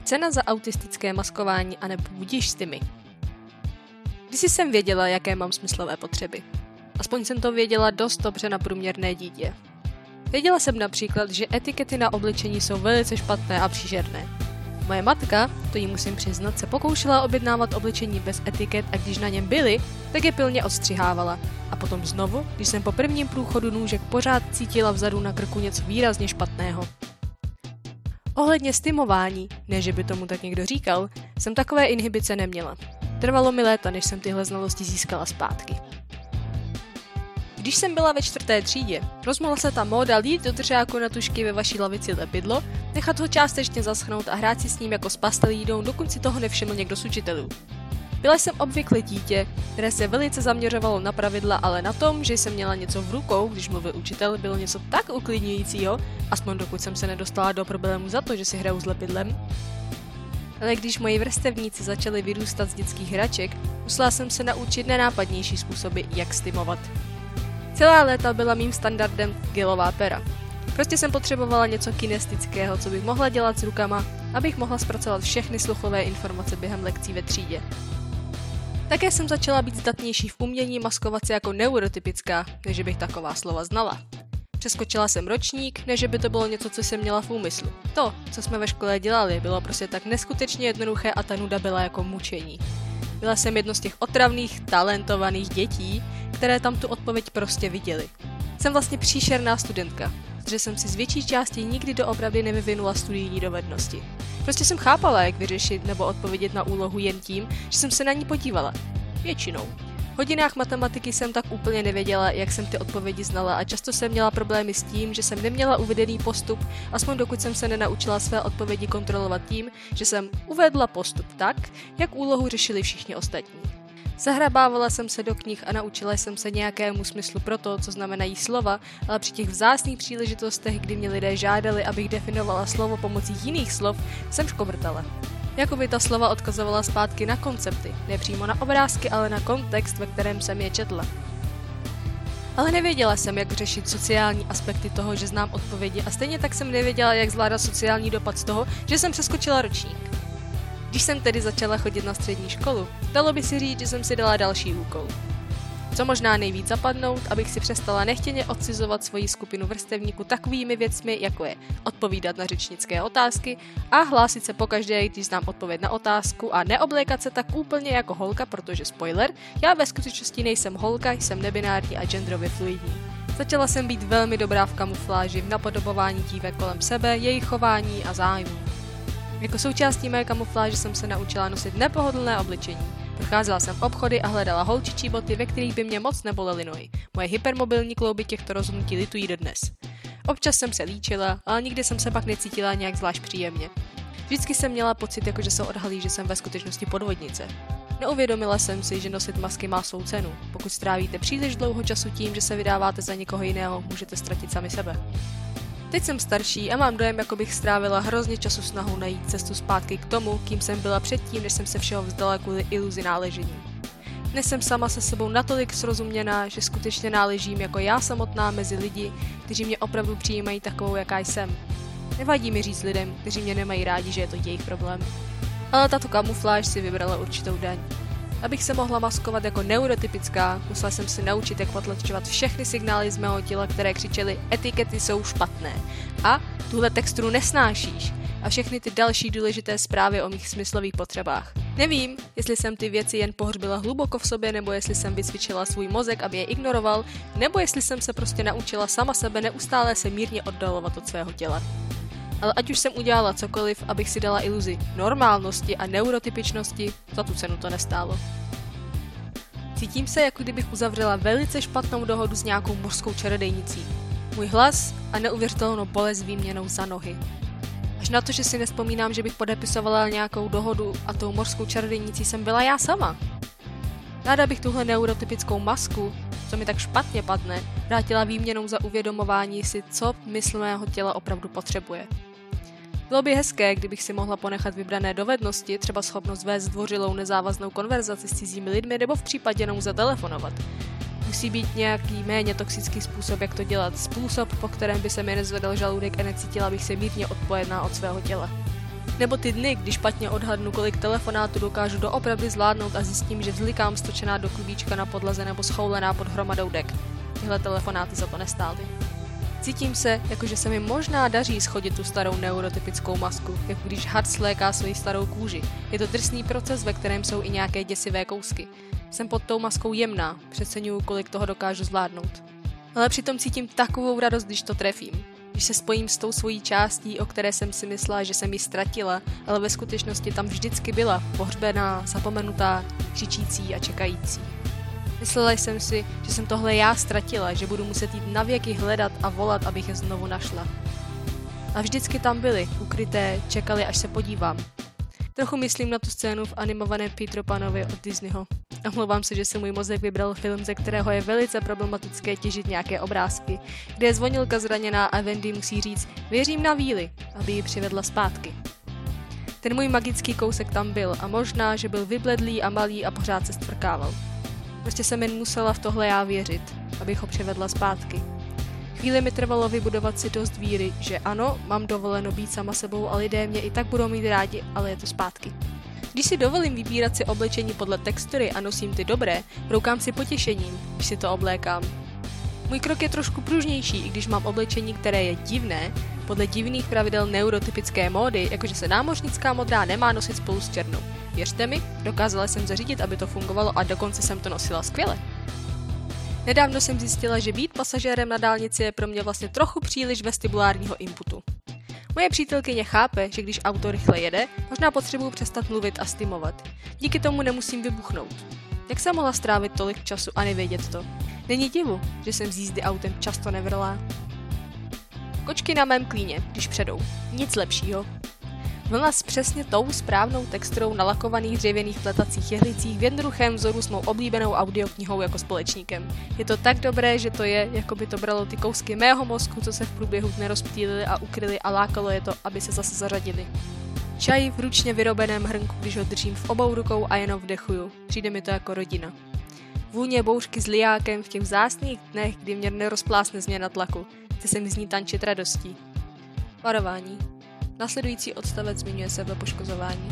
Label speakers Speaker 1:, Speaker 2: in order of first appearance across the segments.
Speaker 1: Cena za autistické maskování anebo budíš s tymi. Když jsem věděla, jaké mám smyslové potřeby. Aspoň jsem to věděla dost dobře na průměrné dítě. Věděla jsem například, že etikety na oblečení jsou velice špatné a příšerné. Moje matka, to jí musím přiznat, se pokoušela objednávat oblečení bez etiket a když na něm byly, tak je pilně odstřihávala. A potom znovu, když jsem po prvním průchodu nůžek pořád cítila vzadu na krku něco výrazně špatného. Ohledně stimování, ne že by tomu tak někdo říkal, jsem takové inhibice neměla. Trvalo mi léta, než jsem tyhle znalosti získala zpátky. Když jsem byla ve 4. třídě, rozmohla se ta móda lít do držáku na tušky ve vaší lavici lepidlo, nechat ho částečně zaschnout a hrát si s ním jako s pastelídou, dokud si toho nevšiml někdo z učitelů. Byla jsem obvykle dítě, které se velice zaměřovalo na pravidla, ale na tom, že jsem měla něco v rukou, když mluvil učitel, bylo něco tak uklidňujícího, aspoň dokud jsem se nedostala do problému za to, že si hraju s lepidlem. Ale když moji vrstevníci začali vyrůstat z dětských hraček, musela jsem se naučit nenápadnější způsoby, jak stimovat. Celá léta byla mým standardem gelová pera. Prostě jsem potřebovala něco kinestického, co bych mohla dělat s rukama, abych mohla zpracovat všechny sluchové informace během lekcí ve třídě. Také jsem začala být zdatnější v umění maskovat se jako neurotypická, než bych taková slova znala. Přeskočila jsem ročník, než by to bylo něco, co jsem měla v úmyslu. To, co jsme ve škole dělali, bylo prostě tak neskutečně jednoduché a ta nuda byla jako mučení. Byla jsem jedno z těch otravných, talentovaných dětí, které tam tu odpověď prostě viděli. Jsem vlastně příšerná studentka, protože jsem si z větší části nikdy doopravdy nevyvinula studijní dovednosti. Prostě jsem chápala, jak vyřešit nebo odpovědět na úlohu jen tím, že jsem se na ní podívala. Většinou. V hodinách matematiky jsem tak úplně nevěděla, jak jsem ty odpovědi znala a často jsem měla problémy s tím, že jsem neměla uvedený postup, aspoň dokud jsem se nenaučila své odpovědi kontrolovat tím, že jsem uvedla postup tak, jak úlohu řešili všichni ostatní. Zahrabávala jsem se do knih a naučila jsem se nějakému smyslu pro to, co znamenají slova, ale při těch vzácných příležitostech, kdy mě lidé žádali, abych definovala slovo pomocí jiných slov, jsem škobrtala. Jakoby ta slova odkazovala zpátky na koncepty, ne přímo na obrázky, ale na kontext, ve kterém jsem je četla. Ale nevěděla jsem, jak řešit sociální aspekty toho, že znám odpovědi a stejně tak jsem nevěděla, jak zvládat sociální dopad z toho, že jsem přeskočila ročník. Když jsem tedy začala chodit na střední školu, dalo by si říct, že jsem si dala další úkol. Co možná nejvíc zapadnout, abych si přestala nechtěně odcizovat svoji skupinu vrstevníků takovými věcmi, jako je odpovídat na řečnické otázky a hlásit se pokaždé, když znám odpověď na otázku a neoblékat se tak úplně jako holka, protože spoiler, já ve skutečnosti nejsem holka, jsem nebinární a genderově fluidní. Začala jsem být velmi dobrá v kamufláži, v napodobování dívek kolem sebe, jejich chování a zájmů. Jako součástí mé kamufláže jsem se naučila nosit nepohodlné oblečení. Procházela jsem obchody a hledala holčičí boty, ve kterých by mě moc nebolely nohy. Moje hypermobilní klouby těchto rozhodnutí litují dodnes. Občas jsem se líčila, ale nikdy jsem se pak necítila nějak zvlášť příjemně. Vždycky jsem měla pocit, jako že se odhalí, že jsem ve skutečnosti podvodnice. Neuvědomila jsem si, že nosit masky má svou cenu. Pokud strávíte příliš dlouho času tím, že se vydáváte za někoho jiného, můžete ztratit sami sebe. Teď jsem starší a mám dojem, jako bych strávila hrozně času snahou najít cestu zpátky k tomu, kým jsem byla předtím, než jsem se všeho vzdala kvůli iluzi náležení. Dnes jsem sama se sebou natolik srozuměná, že skutečně náležím jako já samotná mezi lidi, kteří mě opravdu přijímají takovou, jaká jsem. Nevadí mi říct lidem, kteří mě nemají rádi, že je to jejich problém. Ale tato kamufláž si vybrala určitou daň. Abych se mohla maskovat jako neurotypická, musela jsem se naučit, jak potlačovat všechny signály z mého těla, které křičely etikety jsou špatné a tuhle texturu nesnášíš a všechny ty další důležité zprávy o mých smyslových potřebách. Nevím, jestli jsem ty věci jen pohřbila hluboko v sobě, nebo jestli jsem vycvičila svůj mozek, aby je ignoroval, nebo jestli jsem se prostě naučila sama sebe neustále se mírně oddalovat od svého těla. Ale ať už jsem udělala cokoliv, abych si dala iluzi normálnosti a neurotypičnosti, za tu cenu to nestálo. Cítím se, jako kdybych uzavřela velice špatnou dohodu s nějakou mořskou čarodejnicí. Můj hlas a neuvěřitelnou bolest výměnou za nohy. Až na to, že si nevzpomínám, že bych podepisovala nějakou dohodu a tou mořskou čarodejnicí jsem byla já sama. Ráda bych tuhle neurotypickou masku, co mi tak špatně padne, vrátila výměnou za uvědomování si, co mysl mého těla opravdu potřebuje. Bylo by hezké, kdybych si mohla ponechat vybrané dovednosti, třeba schopnost vést zdvořilou nezávaznou konverzaci s cizími lidmi nebo v případě jenom zatelefonovat. Musí být nějaký méně toxický způsob, jak to dělat, způsob, po kterém by se mi nezvedal žaludek a necítila bych se mírně odpojená od svého těla. Nebo ty dny, kdy špatně odhadnu, kolik telefonátů dokážu doopravdy zvládnout a zjistím, že vzlikám stočená do klubíčka na podlaze nebo schoulená pod hromadou dek. Tyhle telefonáty za to nestály. Cítím se, jakože se mi možná daří schodit tu starou neurotypickou masku, jako když had sléká svoji starou kůži. Je to drsný proces, ve kterém jsou i nějaké děsivé kousky. Jsem pod tou maskou jemná, přeceňuju, kolik toho dokážu zvládnout. Ale přitom cítím takovou radost, když to trefím. Když se spojím s tou svojí částí, o které jsem si myslela, že jsem ji ztratila, ale ve skutečnosti tam vždycky byla, pohřbená, zapomenutá, křičící a čekající. Myslela jsem si, že jsem tohle já ztratila, že budu muset jít navěky hledat a volat, abych je znovu našla. A vždycky tam byly, ukryté, čekali, až se podívám. Trochu myslím na tu scénu v animovaném Peter Panovi od Disneyho. Omlouvám se, že se můj mozek vybral film, ze kterého je velice problematické těžit nějaké obrázky, kde je zvonilka zraněná a Wendy musí říct věřím na víly, aby ji přivedla zpátky. Ten můj magický kousek tam byl a možná, že byl vybledlý a malý a pořád se stvrkával. Prostě jsem jen musela v tohle já věřit, abych ho přivedla zpátky. Chvíli mi trvalo vybudovat si dost víry, že ano, mám dovoleno být sama sebou a lidé mě i tak budou mít rádi, ale je to zpátky. Když si dovolím vybírat si oblečení podle textury a nosím ty dobré, broukám si potěšením, když si to oblékám. Můj krok je trošku pružnější, i když mám oblečení, které je divné, podle divných pravidel neurotypické módy, jakože se námořnická modrá nemá nosit spolu s černou. Věřte mi, dokázala jsem zařídit, aby to fungovalo a dokonce jsem to nosila skvěle. Nedávno jsem zjistila, že být pasažérem na dálnici je pro mě vlastně trochu příliš vestibulárního inputu. Moje přítelkyně chápe, že když auto rychle jede, možná potřebuju přestat mluvit a stimovat. Díky tomu nemusím vybuchnout. Jak jsem mohla strávit tolik času a nevědět to? Není divu, že jsem z jízdy autem často nevrlá. Kočky na mém klíně, když předou. Nic lepšího. Vlna s přesně tou správnou texturou nalakovaných dřevěných pletacích jehlicích v jednoduchém vzoru s mou oblíbenou audioknihou jako společníkem. Je to tak dobré, že to je, jako by to bralo ty kousky mého mozku, co se v průběhu dne rozptýlily a ukryly a lákalo je to, aby se zase zařadili. Čaj v ručně vyrobeném hrnku, když ho držím v obou rukou a jenom vdechuju. Přijde mi to jako rodina. Vůně bouřky s lijákem v těch vzácných dnech, kdy mě nerozplásne změna tlaku. Chce se mi z ní tančit radostí. Varování. Následující odstavec zmiňuje sebepoškozování.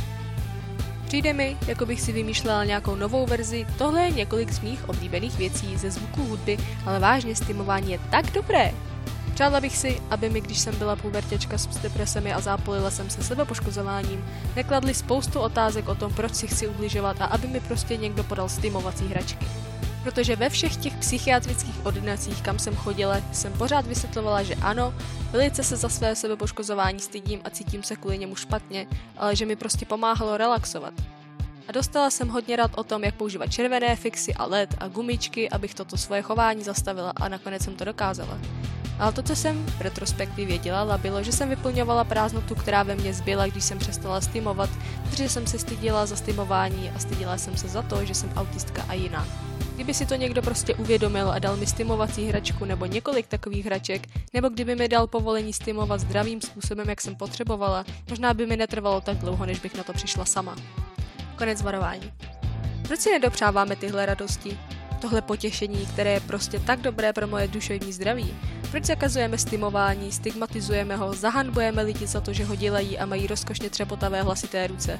Speaker 1: Přijde mi, jako bych si vymýšlela nějakou novou verzi, tohle je několik z mých oblíbených věcí ze zvuků hudby, ale vážně stimování je tak dobré. Přála bych si, aby mi, když jsem byla pubertěčka s depresemi a zápolila jsem se sebepoškozováním, nekladli spoustu otázek o tom, proč si chci ubližovat a aby mi prostě někdo podal stimovací hračky. Protože ve všech těch psychiatrických ordinacích, kam jsem chodila, jsem pořád vysvětlovala, že ano, velice se za své sebepoškozování stydím a cítím se kvůli němu špatně, ale že mi prostě pomáhalo relaxovat. A dostala jsem hodně rad o tom, jak používat červené fixy a led a gumičky, abych toto svoje chování zastavila a nakonec jsem to dokázala. Ale to, co jsem v retrospektivě dělala, bylo, že jsem vyplňovala prázdnotu, která ve mně zbyla, když jsem přestala stimovat, protože jsem se styděla za stimování a styděla jsem se za to, že jsem autistka a jiná. Kdyby si to někdo prostě uvědomil a dal mi stimovací hračku nebo několik takových hraček, nebo kdyby mi dal povolení stimovat zdravým způsobem, jak jsem potřebovala, možná by mi netrvalo tak dlouho, než bych na to přišla sama. Konec varování. Proč si nedopřáváme tyhle radosti? Tohle potěšení, které je prostě tak dobré pro moje duševní zdraví? Proč zakazujeme stimování, stigmatizujeme ho, zahanbujeme lidi za to, že ho dělají a mají rozkošně třepotavé hlasité ruce?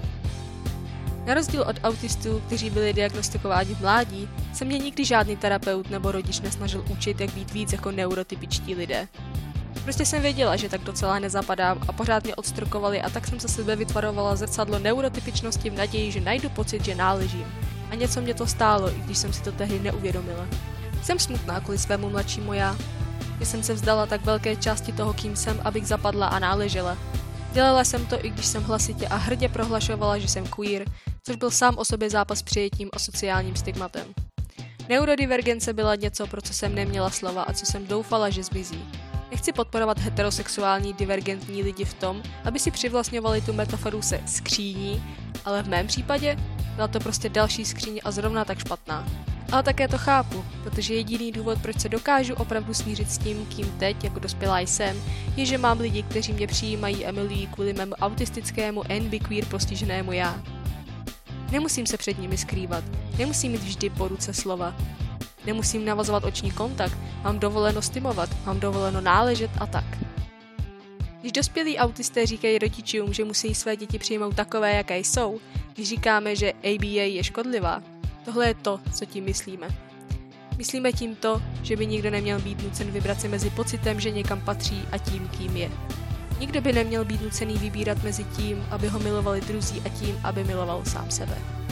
Speaker 1: Na rozdíl od autistů, kteří byli diagnostikováni v mládí, se mě nikdy žádný terapeut nebo rodič nesnažil učit, jak být víc jako neurotypičtí lidé. Prostě jsem věděla, že tak docela nezapadám a pořád mě odstrkovali a tak jsem za sebe vytvarovala zrcadlo neurotypičnosti v naději, že najdu pocit, že náležím. A něco mě to stálo, i když jsem si to tehdy neuvědomila. Jsem smutná kvůli svému mladšímu já, že jsem se vzdala tak velké části toho, kým jsem, abych zapadla a náležela. Dělala jsem to, i když jsem hlasitě a hrdě prohlašovala, že jsem queer, což byl sám o sobě zápas s přijetím a sociálním stigmatem. Neurodivergence byla něco, pro co jsem neměla slova a co jsem doufala, že zmizí. Nechci podporovat heterosexuální divergentní lidi v tom, aby si přivlastňovali tu metaforu se skříní, ale v mém případě byla to prostě další skříň a zrovna tak špatná. Ale také to chápu, protože jediný důvod, proč se dokážu opravdu smířit s tím, kým teď jako dospělá jsem, je, že mám lidi, kteří mě přijímají a milují kvůli mému autistickému queer postiženému já. Nemusím se před nimi skrývat, nemusím mít vždy po ruce slova. Nemusím navazovat oční kontakt, mám dovoleno stimovat, mám dovoleno náležet a tak. Když dospělí autisté říkají rodičům, že musí své děti přijmout takové, jaké jsou, když říkáme, že ABA je škodlivá, tohle je to, co tím myslíme. Myslíme tím to, že by nikdo neměl být nucen vybrat si mezi pocitem, že někam patří a tím, kým je. Nikdo by neměl být nucený vybírat mezi tím, aby ho milovali druzí a tím, aby miloval sám sebe.